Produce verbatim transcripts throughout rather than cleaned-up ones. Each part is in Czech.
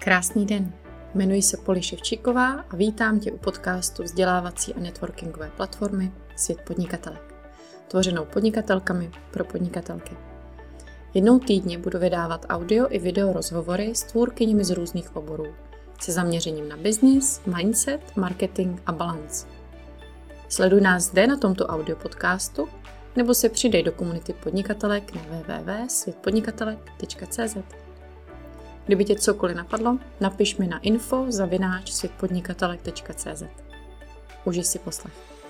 Krásný den, jmenuji se Poli Ševčíková a vítám tě u podcastu vzdělávací a networkingové platformy Svět podnikatelek, tvořenou podnikatelkami pro podnikatelky. Jednou týdně budu vydávat audio i video rozhovory s tvůrkyněmi z různých oborů, se zaměřením na business, mindset, marketing a balance. Sleduj nás zde na tomto audio podcastu nebo se přidej do komunity podnikatelek na w w w tečka svět podnikatelek tečka c z. Kdyby tě cokoliv napadlo, napiš mi na info zavináč svět podnikatelek tečka c z. Užij si poslech.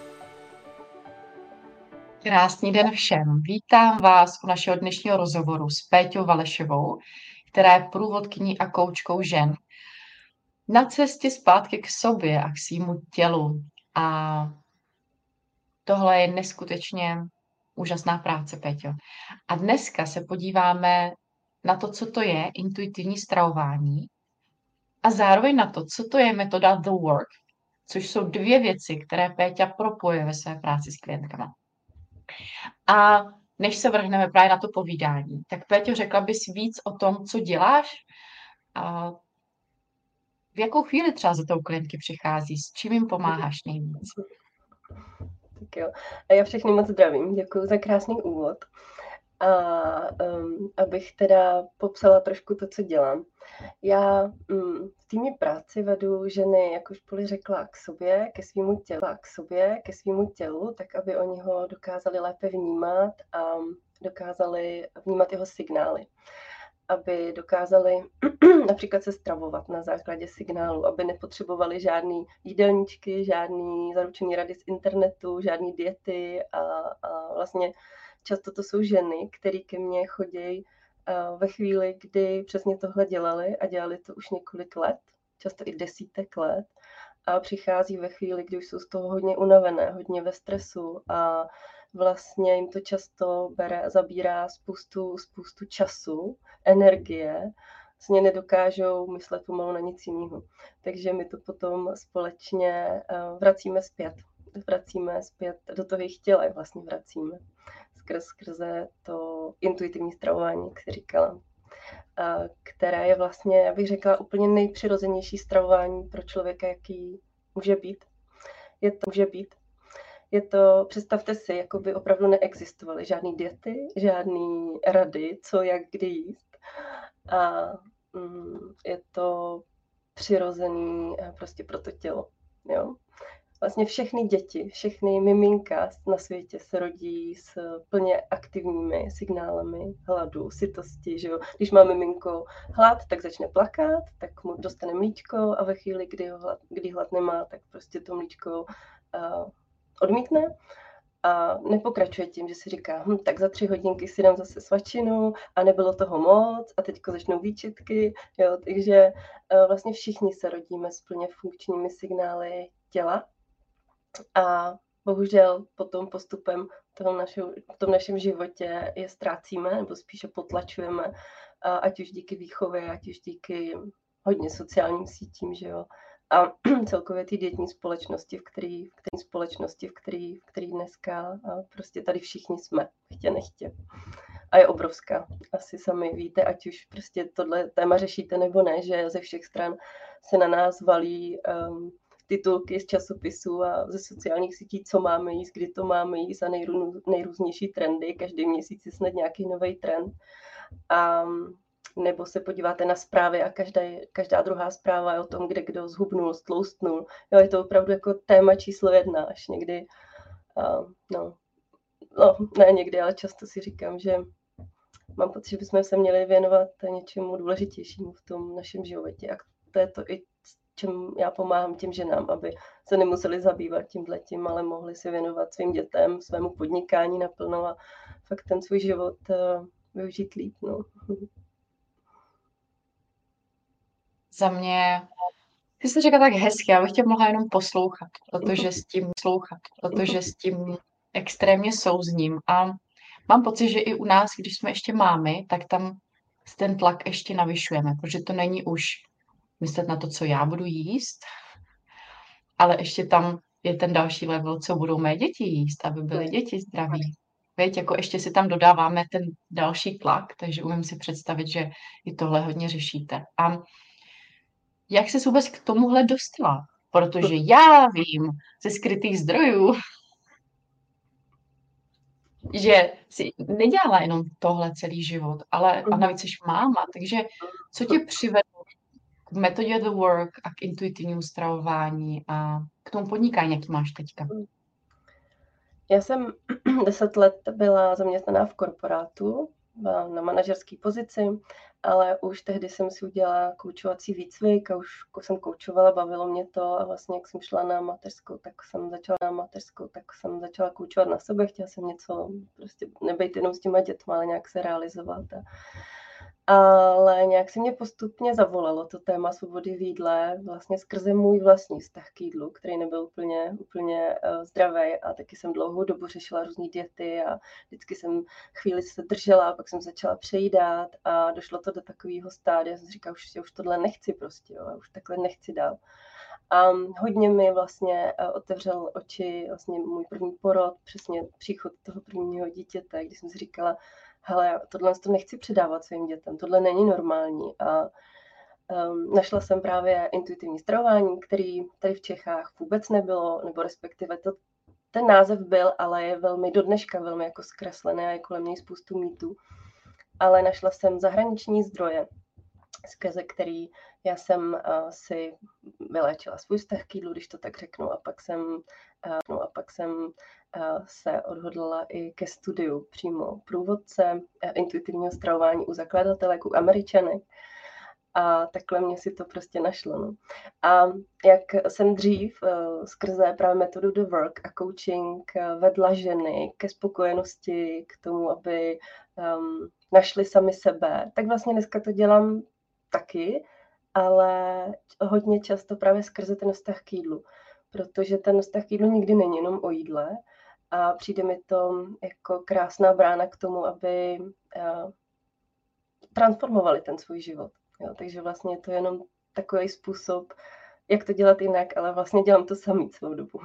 Krásný den všem. Vítám vás u našeho dnešního rozhovoru s Péťou Valešovou, která je průvodkyní a koučkou žen na cestě zpátky k sobě a k svýmu tělu. A tohle je neskutečně úžasná práce, Péťo. A dneska se podíváme na to, co to je intuitivní stravování a zároveň na to, co to je metoda The Work, což jsou dvě věci, které Péťa propojuje ve své práci s klientkama. A než se vrhneme právě na to povídání, tak Péťo, řekla bys víc o tom, co děláš a v jakou chvíli třeba za tou klientky přichází, s čím jim pomáháš nejvíc? Tak jo, a já všechny moc zdravím, děkuji za krásný úvod. A um, abych teda popsala trošku to, co dělám. Já um, v týmní práci vedu ženy, jak už Poli řekla, k sobě, ke svýmu tělu, k sobě, ke svýmu tělu, tak aby oni ho dokázali lépe vnímat a dokázali vnímat jeho signály. Aby dokázali například se stravovat na základě signálu, aby nepotřebovali žádný jídelníčky, žádný zaručený rady z internetu, žádný diety a, a vlastně často to jsou ženy, které ke mně chodí ve chvíli, kdy přesně tohle dělali a dělali to už několik let, často i desítek let a přichází ve chvíli, kdy už jsou z toho hodně unavené, hodně ve stresu a vlastně jim to často bere, zabírá spoustu, spoustu času, energie, vlastně nedokážou myslet pomalu na nic jiného. Takže my to potom společně vracíme zpět. Vracíme zpět do toho jejich těla, vlastně vracíme skrz, skrze to intuitivní stravování, jak jsi říkala, které je vlastně, já bych řekla, úplně nejpřirozenější stravování pro člověka, jaký může být. Je to, může být. Je to, představte si, jako by opravdu neexistovaly žádný diety, žádný rady, co, jak, kdy jíst. A mm, je to přirozený prostě pro to tělo. Jo? Vlastně všechny děti, všechny miminka na světě se rodí s plně aktivními signálami hladu, sytosti. Že jo? Když má miminko hlad, tak začne plakat, tak mu dostane mlíčko a ve chvíli, kdy, ho hlad, kdy hlad nemá, tak prostě to mlíčko uh, odmítne a nepokračuje tím, že si říká, hm, tak za tři hodinky si dám zase svačinu a nebylo toho moc a teďko začnou výčitky. Jo? Takže uh, vlastně všichni se rodíme s plně funkčními signály těla. A bohužel potom postupem toho našeho, v tom našem životě je ztrácíme, nebo spíše potlačujeme, ať už díky výchově, ať už díky hodně sociálním sítím, že jo. A celkově ty dietní společnosti, v který, v který společnosti, v který, v který dneska prostě tady všichni jsme, chtě nechtě. A je obrovská. Asi sami víte, ať už prostě tohle téma řešíte nebo ne, že ze všech stran se na nás valí um, titulky z časopisů a ze sociálních sítí, co máme jíst, kdy to máme jíst a nejrů, nejrůznější trendy. Každý měsíc je snad nějaký nový trend. A nebo se podíváte na zprávy a každá, každá druhá zpráva je o tom, kde kdo zhubnul, stloustnul. Jo, je to opravdu jako téma číslo jedna, až někdy, uh, no, no, ne někdy, ale často si říkám, že mám pocit, že bychom se měli věnovat něčemu důležitějšímu v tom našem životě. A to je to i čem já pomáhám těm ženám, aby se nemuseli zabývat tímhletím, ale mohli se věnovat svým dětem, svému podnikání naplno a fakt ten svůj život uh, využít líp. No. Za mě, ty jsi řekla tak hezky, já bych tě mohla jenom poslouchat, protože s tím slouchat, protože s tím extrémně souzním a mám pocit, že i u nás, když jsme ještě mámy, tak tam ten tlak ještě navyšujeme, protože to není už myslet na to, co já budu jíst, ale ještě tam je ten další level, co budou mé děti jíst, aby byly děti zdraví. Víte, jako ještě si tam dodáváme ten další tlak, takže umím si představit, že i tohle hodně řešíte. A jak jsi vůbec k tomuhle dostala? Protože já vím ze skrytých zdrojů, že si nedělala jenom tohle celý život, ale a navíc jsi máma, takže co tě přivedlo k metodě The Work a k intuitivnímu stravování a k tomu podnikání, jaký máš teďka? Já jsem deset let byla zaměstnaná v korporátu na manažerské pozici, ale už tehdy jsem si udělala koučovací výcvik a už jsem koučovala, bavilo mě to a vlastně jak jsem šla na mateřskou, tak jsem začala na mateřskou, tak jsem začala koučovat na sebe, chtěla jsem něco, prostě nebejt jenom s těma dětma, ale nějak se realizovat. A, ale nějak se mě postupně zavolalo to téma svobody v jídle vlastně skrze můj vlastní vztah k jídlu, který nebyl úplně, úplně uh, zdravý a taky jsem dlouhou dobu řešila různé diety a vždycky jsem chvíli se držela, pak jsem začala přejídat a došlo to do takového stádia, jsem si říkala, už, už tohle nechci prostě, jo, už takhle nechci dál. A hodně mi vlastně otevřel oči vlastně můj první porod, přesně příchod toho prvního dítěte, když jsem si říkala, hele, tohle to nechci předávat svým dětem, tohle není normální. A um, našla jsem právě intuitivní stravování, který tady v Čechách vůbec nebylo, nebo respektive to, ten název byl, ale je velmi do dneška velmi jako zkreslený a je kolem něj spoustu mýtů. Ale našla jsem zahraniční zdroje, skrze který já jsem uh, si vyléčila svůj vztah k jídlu, když to tak řeknu, a pak jsem, uh, no a pak jsem uh, se odhodlala i ke studiu přímo průvodce uh, intuitivního stravování u zakladatelek, u Američanek. A takhle mě si to prostě našlo. No. A jak jsem dřív uh, skrze právě metodu The Work a coaching uh, vedla ženy ke spokojenosti, k tomu, aby um, našli sami sebe, tak vlastně dneska to dělám taky, ale hodně často právě skrze ten vztah k jídlu, protože ten vztah k jídlu nikdy není jenom o jídle a přijde mi to jako krásná brána k tomu, aby uh, transformovali ten svůj život. Jo, takže vlastně je to jenom takový způsob, jak to dělat jinak, ale vlastně dělám to samý celou dobu.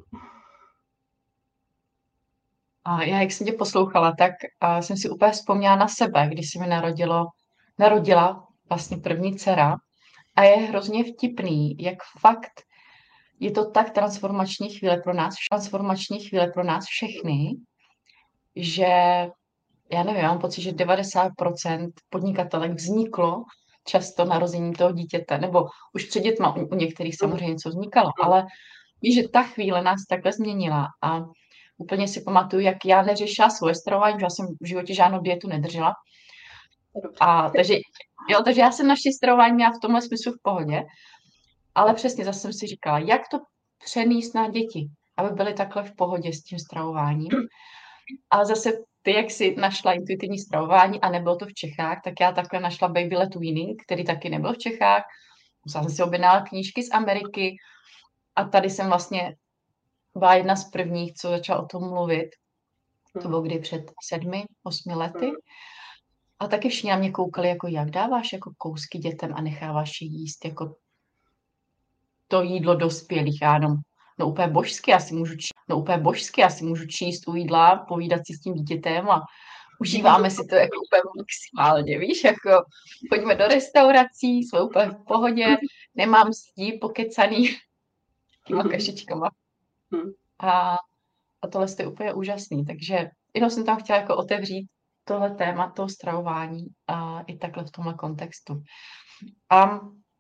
A já, jak jsem tě poslouchala, tak a jsem si úplně vzpomněla na sebe, když se mi narodilo, narodila vlastně první dcera. A je hrozně vtipný, jak fakt je to tak transformační chvíle pro nás, transformační chvíle pro nás všechny, že já nevím, já mám pocit, že devadesát procent podnikatelek vzniklo často narozením toho dítěte, nebo už před dětma u, u některých samozřejmě něco vznikalo, ale víš, že ta chvíle nás takhle změnila a úplně si pamatuju, jak já neřešila svoje stravování, že já jsem v životě žádnou dietu nedržela. A takže, jo, takže já jsem naše stravování měla v tomhle smyslu v pohodě, ale přesně zase jsem si říkala, jak to přenést na děti, aby byly takhle v pohodě s tím stravováním. A zase ty, jak jsi našla intuitivní stravování a nebylo to v Čechách, tak já takhle našla Baby Led Weaning, který taky nebyl v Čechách. Musela jsem si objednala knížky z Ameriky a tady jsem vlastně byla jedna z prvních, co začala o tom mluvit. To bylo kdy před sedmi, osmi lety. A taky všichni na mě koukali, jako jak dáváš jako kousky dětem a necháváš je jíst jako to jídlo dospělých. Já jenom, no úplně božsky, já si můžu číst, no úplně božsky, já si můžu číst u jídla, povídat si s tím dítětem a užíváme si to jako úplně maximálně, víš, jako chodíme do restaurací, jsme úplně v pohodě, nemám zdí pokecaný těma kašičkama. A, a tohle je úplně úžasný, takže jenom jsem tam chtěla jako otevřít tohle téma, toho stravování a i takhle v tomhle kontextu. A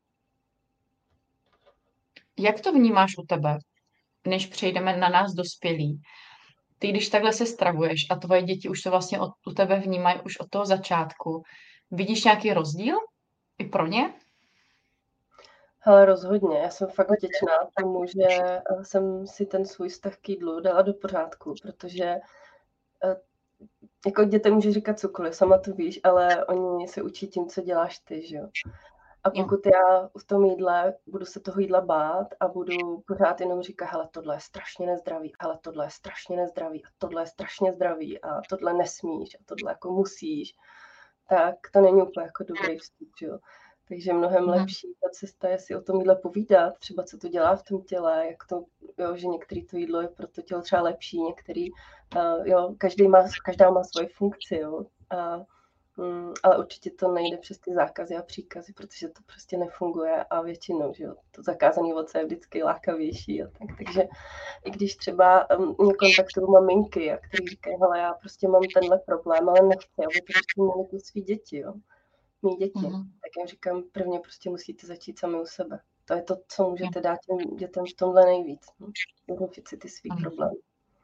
jak to vnímáš u tebe, než přejdeme na nás dospělí? Ty, když takhle se stravuješ a tvoje děti už to vlastně od, u tebe vnímají už od toho začátku, vidíš nějaký rozdíl i pro ně? Hele, rozhodně. Já jsem fakt vděčná tomu, že jsem si ten svůj vztah k jídlu dala do pořádku, protože jako dětem může říkat cokoliv, sama to víš, ale oni se učí tím, co děláš ty, že jo. A pokud já v tom jídle budu se toho jídla bát a budu pořád jenom říkat, hele, tohle je strašně nezdravý, hele, tohle je strašně nezdravý a tohle je strašně zdravý a tohle nesmíš a tohle jako musíš, tak to není úplně jako dobrý vstup, jo. Takže mnohem lepší ta cesta je si o tom jídle povídat, třeba co to dělá v tom těle, jak to, jo, že některý to jídlo je pro to tělo třeba lepší, některý, uh, jo, každý má, každá má svoji funkci, jo. A Mm, ale určitě to nejde přes ty zákazy a příkazy, protože to prostě nefunguje a většinou, že jo, to zakázané ovoce je vždycky lákavější a tak, takže i když třeba um, mě kontaktují maminky, a který říkají, hele, já prostě mám tenhle problém, ale nechci, aby to prostě měli ty svý děti, jo, mý děti, Mhm. tak já říkám, prvně prostě musíte začít sami u sebe. To je to, co můžete dát těm dětem v tomhle nejvíc, no. Vyřešit si ty svý Mhm. problémy.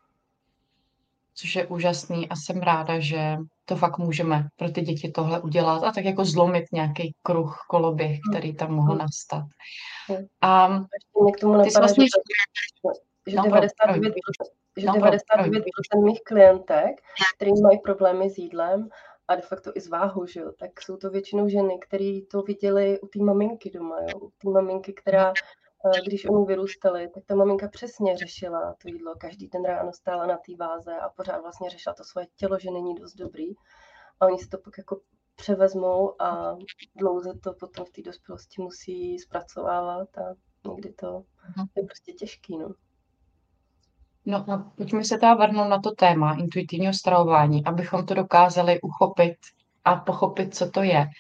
Což je úžasný a jsem ráda, že to fakt můžeme pro ty děti tohle udělat a tak jako zlomit nějaký kruh, koloběh, který tam mohl Mm. nastat. Mm. A Ještě mě k tomu ty jsi napadá, že, vlastně... že No, devadesát promiň, devět promiň. procent že No, promiň, devadesát promiň. devět procent mých klientek, který mají problémy s jídlem a de facto i s váhou, že jo, tak jsou to většinou ženy, které to viděly u té maminky doma, jo, u té maminky, která, eh, když oni vyrůstaly, tak ta maminka přesně řešila to jídlo, každý den ráno stála na té váze a pořád vlastně řešila to svoje tělo, že není dost dobrý a oni si to pak jako převezmou a dlouze to potom v té dospělosti musí zpracovávat a někdy to je prostě těžký, no. No a pojďme se teda vrhnout na to téma intuitivního stravování, abychom to dokázali uchopit a pochopit, co to je.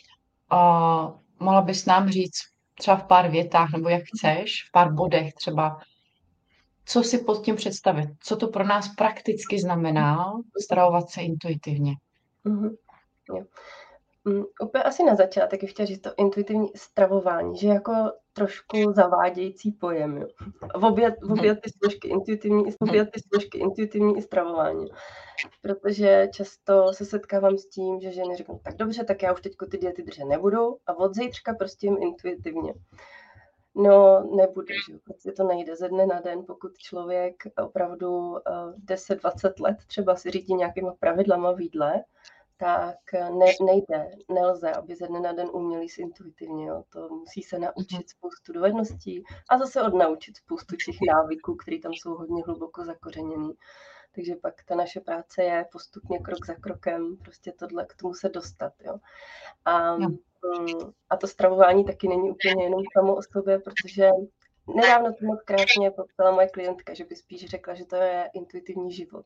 A mohla bys nám říct třeba v pár větách, nebo jak chceš, v pár bodech třeba, co si pod tím představit, co to pro nás prakticky znamená stravovat se intuitivně. Mhm. Jo. Mm, úplně asi na začátek bych chtěla říct to intuitivní stravování, že jako trošku zavádějící pojem. Jo. V obě, v obě ty složky intuitivní, v obě ty složky intuitivní i stravování. Protože často se setkávám s tím, že ženy řeknou, tak dobře, tak já už teďko ty diety držet nebudu a od zítřka prostě jim intuitivně. No, nebude, že jo, prostě to nejde ze dne na den, pokud člověk opravdu deset dvacet let třeba si řídí nějakýma pravidlama v jídle, tak ne, nejde, nelze, aby ze dne na den uměli jíst intuitivně. Jo. To musí se naučit spoustu dovedností a zase odnaučit spoustu těch návyků, které tam jsou hodně hluboko zakořeněný. Takže pak ta naše práce je postupně krok za krokem prostě tohle k tomu se dostat. Jo. A, a to stravování taky není úplně jenom samo o sobě, protože nedávno to moc krásně popsala moje klientka, že by spíš řekla, že to je intuitivní život.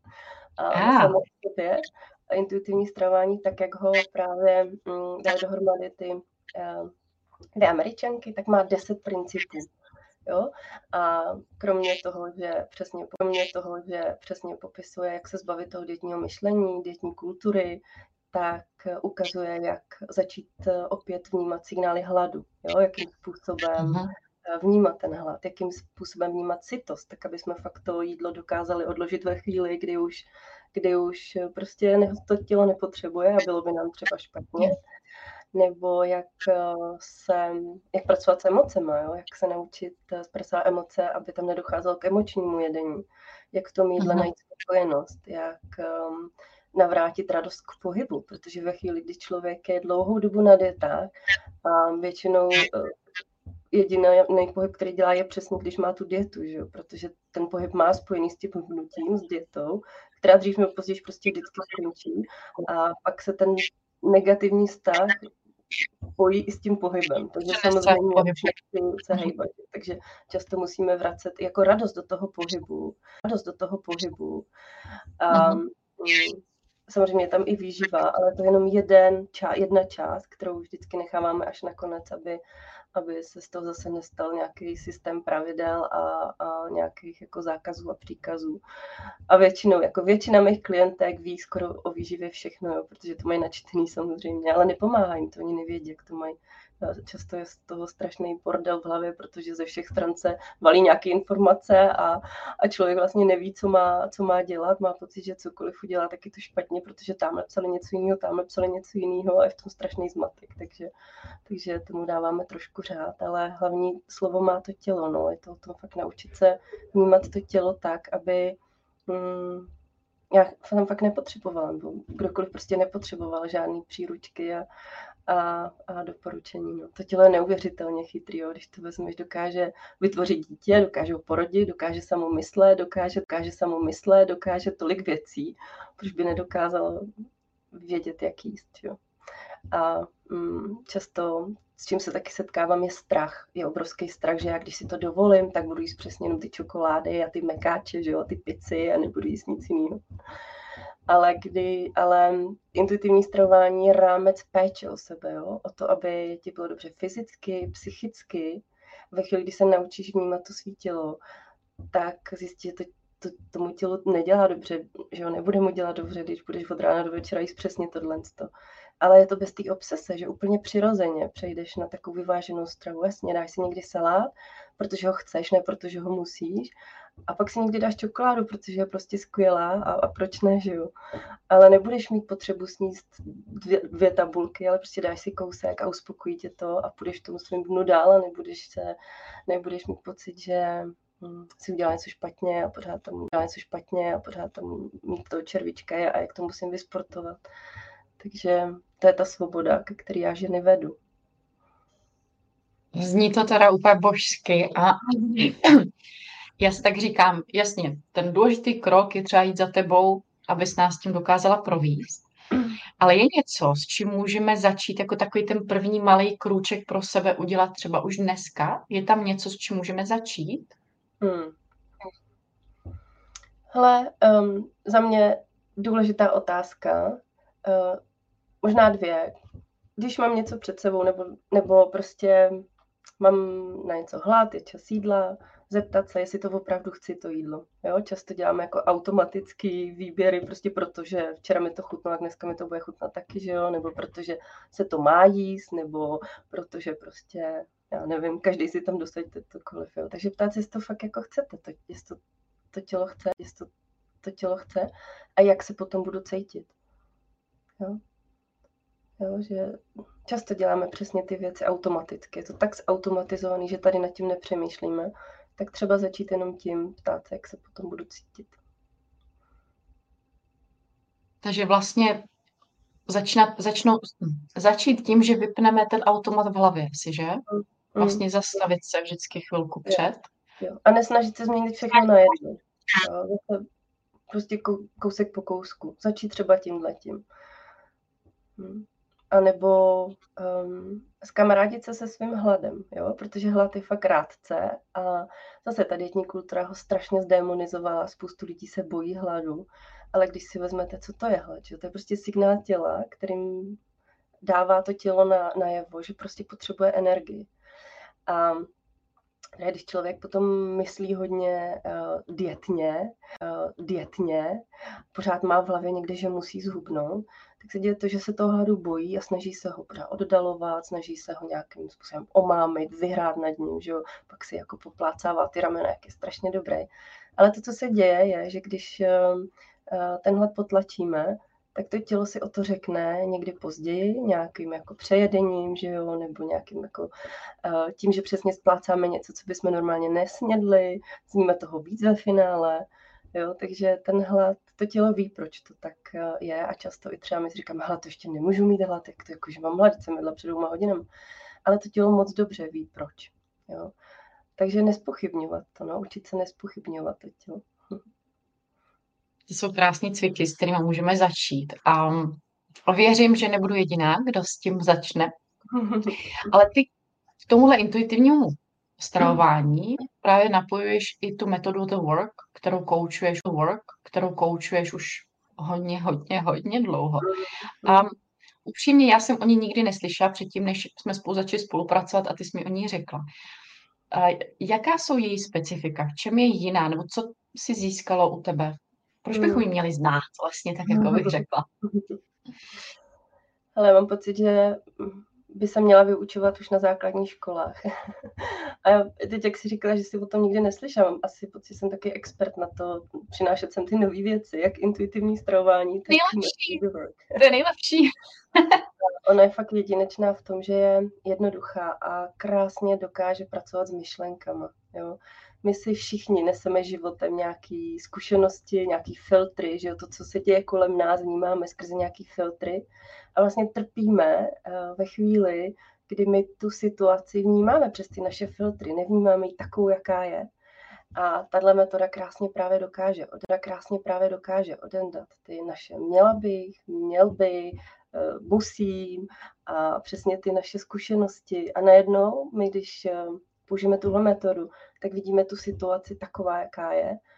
A ono samo o sobě a intuitivní stravování, tak jak ho právě mm, dali dohromady ty uh, dvě Američanky, tak má deset principů. Jo? A kromě toho, že přesně, kromě toho, že přesně popisuje, jak se zbavit toho dietního myšlení, dietní kultury, tak ukazuje, jak začít opět vnímat signály hladu, jo? Jakým způsobem vnímat ten hlad, jakým způsobem vnímat sytost, tak aby jsme fakt to jídlo dokázali odložit ve chvíli, kdy už, kdy už prostě to tělo nepotřebuje a bylo by nám třeba špatně. Nebo jak se, jak pracovat s emocema, jo? Jak se naučit zpracovat emoce, aby tam nedocházelo k emočnímu jedení, jak v tom jídle najít spokojenost, jak um, navrátit radost k pohybu, protože ve chvíli, kdy člověk je dlouhou dobu na dietách a většinou uh, jediný pohyb, který dělá, je přesně, když má tu dietu, že jo? Protože ten pohyb má spojený s tím hubnutím, s dietou, která dřív nebo později prostě vždycky skončí a pak se ten negativní vztah spojí i s tím pohybem, takže samozřejmě nechci se hejbat, takže často musíme vracet jako radost do toho pohybu, radost do toho pohybu. A, mm, samozřejmě je tam i výživa, ale to je jenom jeden, ča, jedna část, kterou vždycky necháváme až nakonec, aby, aby se z toho zase nestal nějaký systém pravidel a, a nějakých jako zákazů a příkazů. A většinou, jako většina mých klientek ví skoro o výživě všechno, jo, protože to mají načtený samozřejmě, ale nepomáhá jim to, oni nevědí, jak to mají. Často je z toho strašný bordel v hlavě, protože ze všech stran se valí nějaké informace a, a člověk vlastně neví, co má, co má dělat, má pocit, že cokoliv udělá, tak je to špatně, protože tam napsali něco jiného, tam napsali něco jiného a je v tom strašný zmatek, takže, takže tomu dáváme trošku řád, ale hlavní slovo má to tělo, no, je to o tom fakt naučit se vnímat to tělo tak, aby hmm, já jsem fakt nepotřebovala, nebo kdokoliv prostě nepotřeboval žádný příručky a, a, a doporučení. No. To tělo je neuvěřitelně chytrý, jo. Když to vezmeš, dokáže vytvořit dítě, dokáže ho porodit, dokáže samo myslet, dokáže, dokáže samo myslet, dokáže tolik věcí, proč by nedokázalo vědět, jak jíst. Jo. A mm, často, s čím se taky setkávám, je strach. Je obrovský strach, že já když si to dovolím, tak budu jíst přesně jenom ty čokolády a ty mekáče, že jo, ty pici a nebudu jíst nic jiného. Ale, kdy, ale intuitivní stravování je rámec péče o sebe, jo? O to, aby ti bylo dobře fyzicky, psychicky. Ve chvíli, kdy se naučíš vnímat to svý tělo, tak zjistíš, že to, to tomu tělu nedělá dobře, že jo, nebude mu dělat dobře, když budeš od rána do večera jíst přesně tohle. Ale je to bez té obsese, že úplně přirozeně přejdeš na takovou vyváženou stravu. Jasně, dáš si někdy salát, protože ho chceš, ne protože ho musíš. A pak si někdy dáš čokoládu, protože je prostě skvělá a, a proč ne, že jo. Ale nebudeš mít potřebu sníst dvě, dvě tabulky, ale prostě dáš si kousek a uspokojí tě to a půjdeš tomu svým dnu dál a nebudeš, se, nebudeš mít pocit, že hm, si udělá něco špatně a pořád tam udělá něco špatně a pořád tam mít toho červička a jak to musím vysportovat. Takže to je ta svoboda, ke který já ženy vedu. Zní to teda úplně božsky a já si tak říkám, jasně, ten důležitý krok je třeba jít za tebou, abys nás tím dokázala províst. Ale je něco, s čím můžeme začít jako takový ten první malý krůček pro sebe udělat třeba už dneska? Je tam něco, s čím můžeme začít? Hmm. Hele, um, za mě důležitá otázka, uh, možná dvě. Když mám něco před sebou, nebo, nebo prostě mám na něco hlad, je čas jídla, zeptat se, jestli to opravdu chci to jídlo. Jo? Často děláme jako automatický výběry, prostě protože včera mi to chutnalo, dneska mi to bude chutnat taky, že jo? Nebo protože se to má jíst, nebo protože prostě, já nevím, každý si tam dosadíte cokoliv. Jo? Takže ptát se, jestli to fakt jako chcete, to, jestli to, to tělo chce, jestli to, to tělo chce a jak se potom budu cítit. Jo? Jo, že často děláme přesně ty věci automaticky. Je to tak zautomatizovaný, že tady nad tím nepřemýšlíme. Tak třeba začít jenom tím, ptát se, jak se potom budu cítit. Takže vlastně začínat, začnou, začít tím, že vypneme ten automat v hlavě, si, že? Vlastně zastavit se vždycky chvilku před. Jo, jo. A nesnažit se změnit všechno najednou. Prostě kousek po kousku. Začít třeba tímhletím. Hm. A nebo um, zkamarádit se se svým hladem, jo? Protože hlad je fakt rádce a zase ta dietní kultura ho strašně zdemonizovala, spoustu lidí se bojí hladu, ale když si vezmete, co to je hlad, že? To je prostě signál těla, kterým dává to tělo na, najevo, že prostě potřebuje energii. A když člověk potom myslí hodně uh, dietně, uh, dietně, pořád má v hlavě někde, že musí zhubnout, tak se děje to, že se toho hladu bojí a snaží se ho pořád oddalovat, snaží se ho nějakým způsobem omámit, vyhrát nad ním, že jo? Pak si jako poplácává ty ramena, jak je strašně dobrý. Ale to, co se děje, je, že když uh, uh, ten hlad potlačíme, tak to tělo si o to řekne někdy později, nějakým jako přejedením, že jo, nebo nějakým jako uh, tím, že přesně splácáme něco, co bychom normálně nesnědli, sníme toho víc ve finále, jo, takže ten hlad, to tělo ví, proč to tak uh, je a často i třeba my si říkáme, hele, to ještě nemůžu mít hlad, jak to jako, že mám hlad, jsem jedla před dvěma hodinami, ale to tělo moc dobře ví, proč, jo. Takže nespochybňovat to, naučit se nespochybňovat to tělo. To jsou krásné cviky, s kterými můžeme začít. A věřím, že nebudu jediná, kdo s tím začne. Ale ty k tomuhle intuitivnímu stravování právě napojuješ i tu metodu The Work, kterou koučuješ, work, kterou koučuješ už hodně, hodně, hodně dlouho. A upřímně, já jsem o ní nikdy neslyšela předtím, než jsme spolu začali spolupracovat a ty jsi mi o ní řekla. A jaká jsou její specifika? V čem je jiná? Nebo co si získalo u tebe? Proč bychom ji měli znát vlastně, tak jako bych řekla? Ale mám pocit, že by se měla vyučovat už na základních školách. A teď, jak jsi říkala, že jsi o tom nikdy neslyšela, mám asi pocit, že jsem taky expert na to přinášet sem ty nové věci, jak intuitivní stravování. Tak nejlepší. To je nejlepší. Ona je fakt jedinečná v tom, že je jednoduchá a krásně dokáže pracovat s myšlenkama. Jo? My si všichni neseme životem nějaké zkušenosti, nějaký filtry, že jo? To, co se děje kolem nás, vnímáme skrze nějaký filtry a vlastně trpíme uh, ve chvíli, kdy my tu situaci vnímáme přes ty naše filtry, nevnímáme ji takovou, jaká je. A tahle metoda krásně právě dokáže, odda krásně právě dokáže odendat ty naše měla bych, měl by, uh, musím a přesně ty naše zkušenosti. A najednou my, když uh, použijeme tuhle metodu, tak vidíme tu situaci taková, jaká je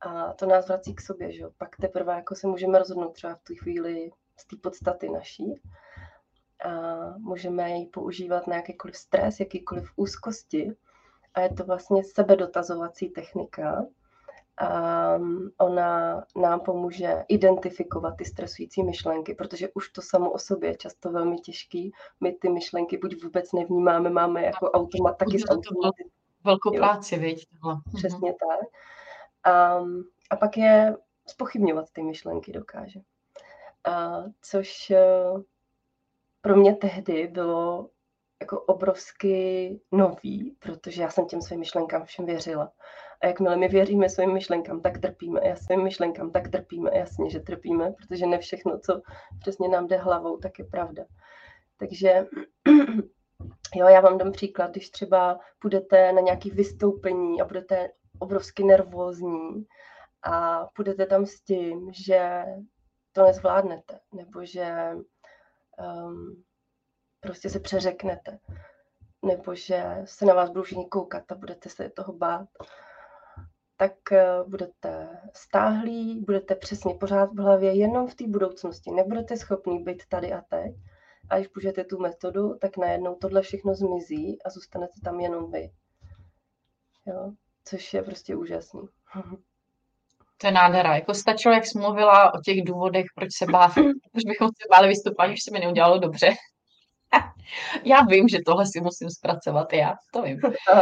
A to nás vrací k sobě, že jo. Pak teprve jako se můžeme rozhodnout třeba v tu chvíli z té podstaty naší. A můžeme ji používat na jakýkoliv stres, jakýkoliv úzkosti. A je to vlastně sebedotazovací technika. A ona nám pomůže identifikovat ty stresující myšlenky, protože už to samo o sobě je často velmi těžký. My ty myšlenky buď vůbec nevnímáme, máme jako automat, taky z automatu. Velkou práci, viď? Přesně tak. A, a pak je zpochybňovat ty myšlenky dokáže. A, což pro mě tehdy bylo jako obrovsky nový, protože já jsem těm svým myšlenkám všem věřila. A jakmile my věříme svým myšlenkám, tak trpíme. Já svým myšlenkám, tak trpíme. Jasně, že trpíme, protože ne všechno, co přesně nám jde hlavou, tak je pravda. Takže jo, já vám dám příklad, když třeba půjdete na nějaké vystoupení a budete obrovsky nervózní a půjdete tam s tím, že to nezvládnete, nebo že um, prostě se přeřeknete, nebo že se na vás budou všichni koukat a budete se toho bát, tak uh, budete stáhlí, budete přesně pořád v hlavě jenom v té budoucnosti. Nebudete schopní být tady a teď. A když použijete tu metodu, tak najednou tohle všechno zmizí a zůstanete tam jenom vy. Jo? Což je prostě úžasný. To je nádhera. Jako stačilo, jak jsi mluvila o těch důvodech, proč se bát, proč bychom se báli vystupování, už se mi neudělalo dobře. Já vím, že tohle si musím zpracovat, já to vím.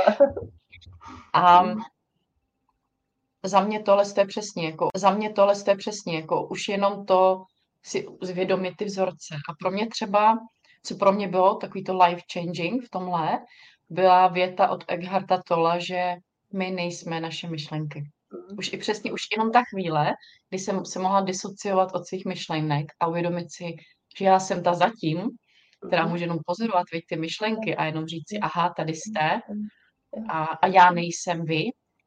A za mě tohle je přesně, jako, za mě tohle je přesně, jako už jenom to si zvědomit ty vzorce. A pro mě třeba, co pro mě bylo takový to life changing v tomhle, byla věta od Eckharta Tolla, že my nejsme naše myšlenky. Už i přesně, už jenom ta chvíle, kdy jsem se mohla disociovat od svých myšlenek a uvědomit si, že já jsem ta zatím, která může jenom pozorovat viď, ty myšlenky a jenom říct si, aha, tady jste a, a já nejsem vy.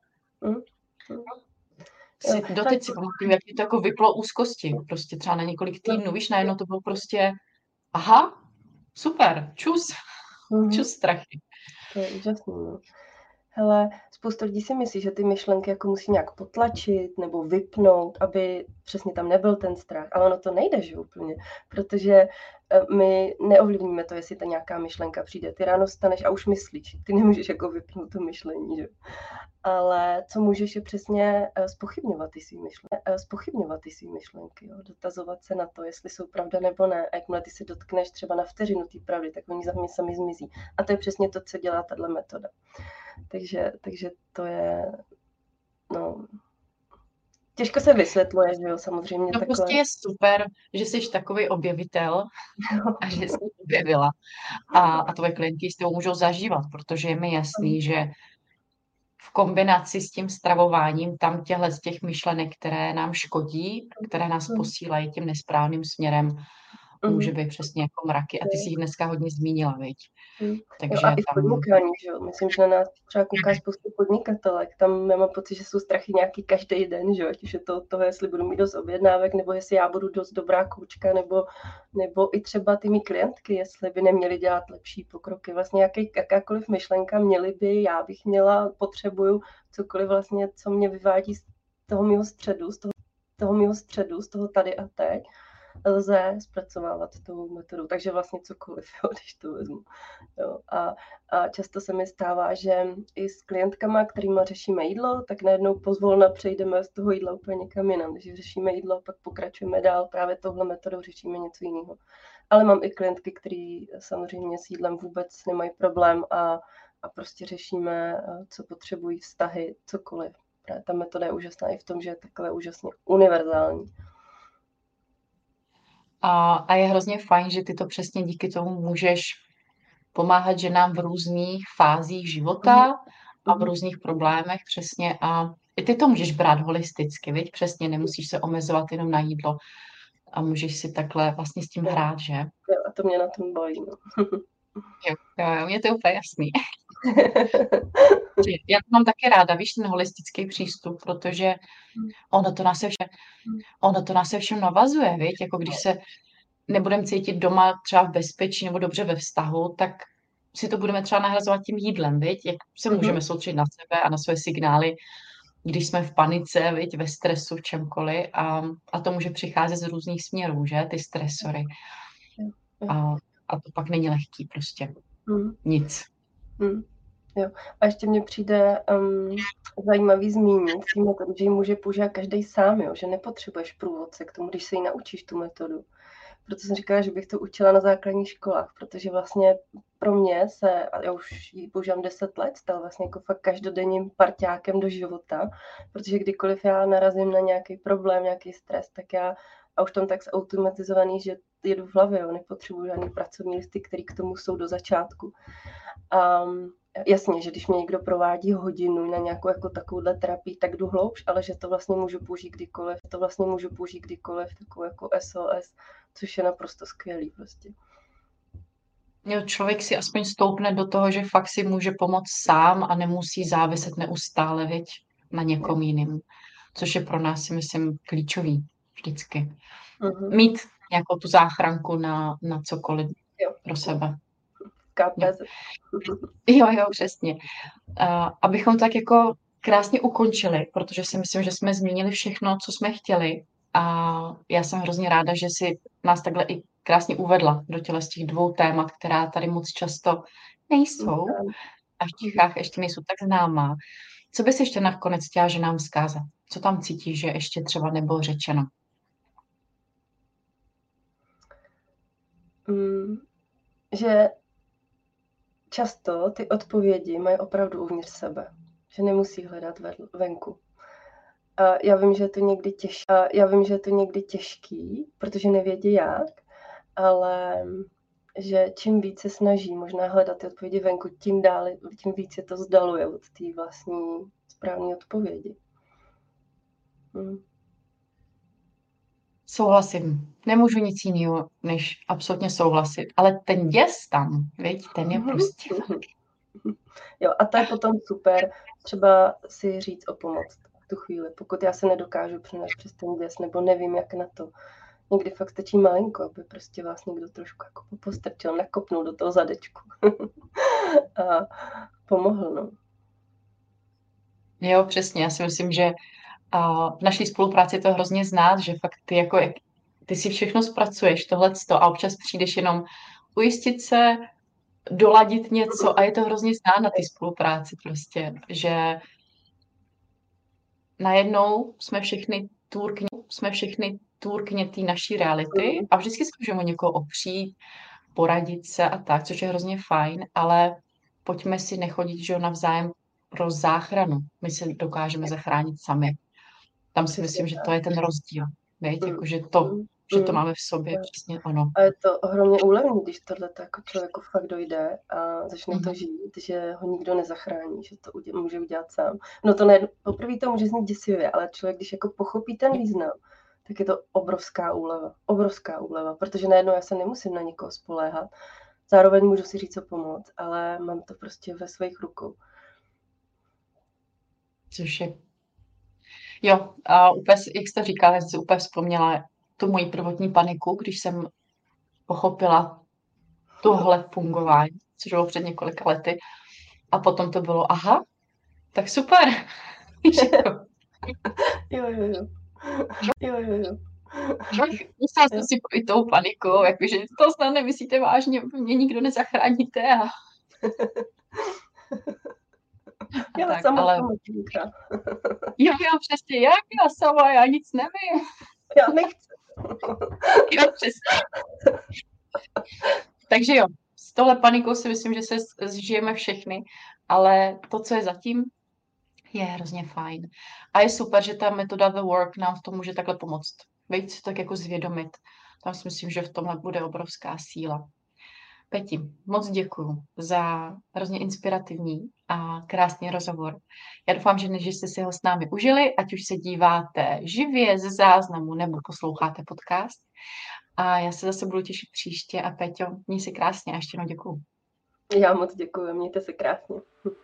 Si, doteď si pamatuju, jak je to jako vyplo úzkosti, prostě třeba na několik týdnů, víš, najednou to bylo prostě, aha, super, čus, čus strachy. To je úžasný, no. Hele, spousta lidí si myslí, že ty myšlenky jako musí nějak potlačit nebo vypnout, aby přesně tam nebyl ten strach. Ale ono to nejde, že úplně, protože my neovlivníme to, jestli ta nějaká myšlenka přijde. Ty ráno vstaneš a už myslíš. Ty nemůžeš jako vypnout to myšlení, že? Ale co můžeš je přesně zpochybňovat ty svý myšlenky, zpochybňovat ty svý myšlenky, jo? Dotazovat se na to, jestli jsou pravda nebo ne. A jakmile ty se dotkneš třeba na vteřinu té pravdy, tak oni za mě sami zmizí. A to je přesně to, co dělá tato metoda. Takže, takže to je, no, těžko se vysvětluje, že jo, samozřejmě. No takhle. Prostě je super, že jsi takový objevitel a že jsi objevila. A, a tvoje klientky s tebou můžou zažívat, protože je mi jasný, že v kombinaci s tím stravováním tam těhle z těch myšlenek, které nám škodí, které nás posílají tím nesprávným směrem, může být přesně jako mraky. A ty jsi jich dneska hodně zmínila, viď? Mm. Takže jo, a i v tam... podnikání, že jo? Myslím, že na nás třeba kouká spoustu podnikatelek. Tam já mám pocit, že jsou strachy nějaký každý den, že jo? Ať už je to toho, jestli budu mít dost objednávek, nebo jestli já budu dost dobrá koučka, nebo, nebo i třeba ty mý klientky, jestli by neměly dělat lepší pokroky. Vlastně jaký, jakákoliv myšlenka měly by, já bych měla, potřebuju cokoliv vlastně, co mě vyvádí z toho mého středu, z toho, toho mého středu, z toho tady a teď, lze zpracovávat tou metodou, takže vlastně cokoliv, jo, když to vezmu. Jo. A, a často se mi stává, že i s klientkama, kterýma řešíme jídlo, tak najednou pozvolna přejdeme z toho jídla úplně někam jinam. Když řešíme jídlo, pak pokračujeme dál, právě touhle metodou řešíme něco jiného. Ale mám i klientky, které samozřejmě s jídlem vůbec nemají problém a, a prostě řešíme, co potřebují, vztahy, cokoliv. Právě ta metoda je úžasná i v tom, že je takhle úžasně univerzální. A, a je hrozně fajn, že ty to přesně díky tomu můžeš pomáhat ženám v různých fázích života a v různých problémech přesně. A i ty to můžeš brát holisticky, viď? Přesně, nemusíš se omezovat jenom na jídlo a můžeš si takhle vlastně s tím hrát, že? Jo, a to mě na tom baví, no. Jo, jo, mě to je úplně jasný. Já to mám taky ráda, víš, ten holistický přístup, protože ono to nás se všem, ono to nás se všem navazuje, viď? Jako když se nebudeme cítit doma třeba v bezpečí nebo dobře ve vztahu, tak si to budeme třeba nahrazovat tím jídlem, viď? Jak se můžeme soustředit na sebe a na svoje signály když jsme v panice, viď, ve stresu, v čemkoliv a, a to může přicházet z různých směrů, že, ty stresory. A, a to pak není lehký prostě. Hmm. Nic. Hmm. Jo. A ještě mně přijde um, zajímavý zmínit s tím metodu, že ji může používat každý sám, jo? Že nepotřebuješ průvodce k tomu, když se jí naučíš tu metodu. Proto jsem říkala, že bych to učila na základních školách, protože vlastně pro mě se, a já už ji používám deset let, stal vlastně jako fakt každodenním parťákem do života, protože kdykoliv já narazím na nějaký problém, nějaký stres, tak já, a už tam tak zautomatizovaný, že jedu v hlavě, jo? Nepotřebuji žádný pracovní listy, které k tomu jsou do začátku. Um, Jasně, že když mě někdo provádí hodinu na nějakou jako takovouhle terapii, tak jdu hloubš, ale že to vlastně můžu použít kdykoliv, to vlastně můžu použít kdykoliv, takovou jako S O S, což je naprosto skvělý prostě. Jo, člověk si aspoň stoupne do toho, že fakt si může pomoct sám a nemusí záviset neustále, viď, na někom jiným, což je pro nás, si myslím, klíčový vždycky. Uh-huh. Mít nějakou tu záchranku na, na cokoliv jo. pro sebe. K P Z. Jo, jo, přesně. Uh, abychom tak jako krásně ukončili, protože si myslím, že jsme zmínili všechno, co jsme chtěli. A já jsem hrozně ráda, že si nás takhle i krásně uvedla do těla z těch dvou témat, která tady moc často nejsou a v Čechách ještě nejsou tak známá. Co bys ještě nakonec chtěla, že nám vzkázat? Co tam cítíš, že ještě třeba nebylo řečeno? Mm, že často ty odpovědi mají opravdu uvnitř sebe, že nemusí hledat venku. A já vím, že je to někdy těžké, já vím, že je to někdy těžký, protože nevědí jak, ale že čím víc se snaží možná hledat ty odpovědi venku, tím dál, tím víc se to vzdaluje od té vlastní správné odpovědi. Hmm. Souhlasím. Nemůžu nic jiného, než absolutně souhlasit. Ale ten děs tam, viď, ten je prostě... Jo, a to je potom super třeba si říct o pomoc v tu chvíli, pokud já se nedokážu přenést přes ten děs, nebo nevím, jak na to. Někdy fakt stačí malinko, aby prostě vás někdo trošku jako postrčil, nakopnul do toho zadečku a pomohl, no. Jo, přesně. Já si myslím, že a v naší spolupráci je to hrozně znát, že fakt ty jako, jak, ty si všechno zpracuješ, tohleto a občas přijdeš jenom ujistit se, doladit něco a je to hrozně znát na té spolupráci prostě, že najednou jsme všechny tvůrkyně, jsme všechny tvůrkyně té naší reality a vždycky se můžeme o někoho opřít, poradit se a tak, což je hrozně fajn, ale pojďme si nechodit, že navzájem pro záchranu. My se dokážeme zachránit sami. Tam si myslím, že to je ten rozdíl. Víte, jako, že, to, že to máme v sobě, přesně ono. A je to ohromně úlevné, když tohle jako člověku fakt dojde a začne to žít, že ho nikdo nezachrání, že to udě- může udělat sám. No to ne, poprvé to může znít děsivě, ale člověk, když jako pochopí ten význam, tak je to obrovská úleva. Obrovská úleva, protože najednou já se nemusím na nikoho spoléhat. Zároveň můžu si říct o pomoc, ale mám to prostě ve svých rukou. Což je... Jo, a úplně, jak jste říkala, jsem si úplně vzpomněla tu moji prvotní paniku, když jsem pochopila tohle fungování, což bylo před několika lety. A potom to bylo, aha, tak super. jo, jo, jo. Jo, jo, jo. Musela jsem si projít tou panikou, jakože to snad nemyslíte vážně, mě nikdo nezachráníte. A... Já tak, sama ale... Jo, jo, přesně, jak já sama, já nic nevím. Já nechci. Jo, přesně. Takže jo, s tohle panikou si myslím, že se zžijeme všechny, ale to, co je zatím, je hrozně fajn. A je super, že ta metoda The Work nám v tom může takhle pomoct. Víc si tak jako zvědomit. Tam si myslím, že v tomhle bude obrovská síla. Peti, moc děkuju za hrozně inspirativní a krásný rozhovor. Já doufám, že, že jste si ho s námi užili, ať už se díváte živě ze záznamu nebo posloucháte podcast. A já se zase budu těšit příště a Peťo, měj se krásně a ještě jednou děkuju. Já moc děkuju, mějte se krásně.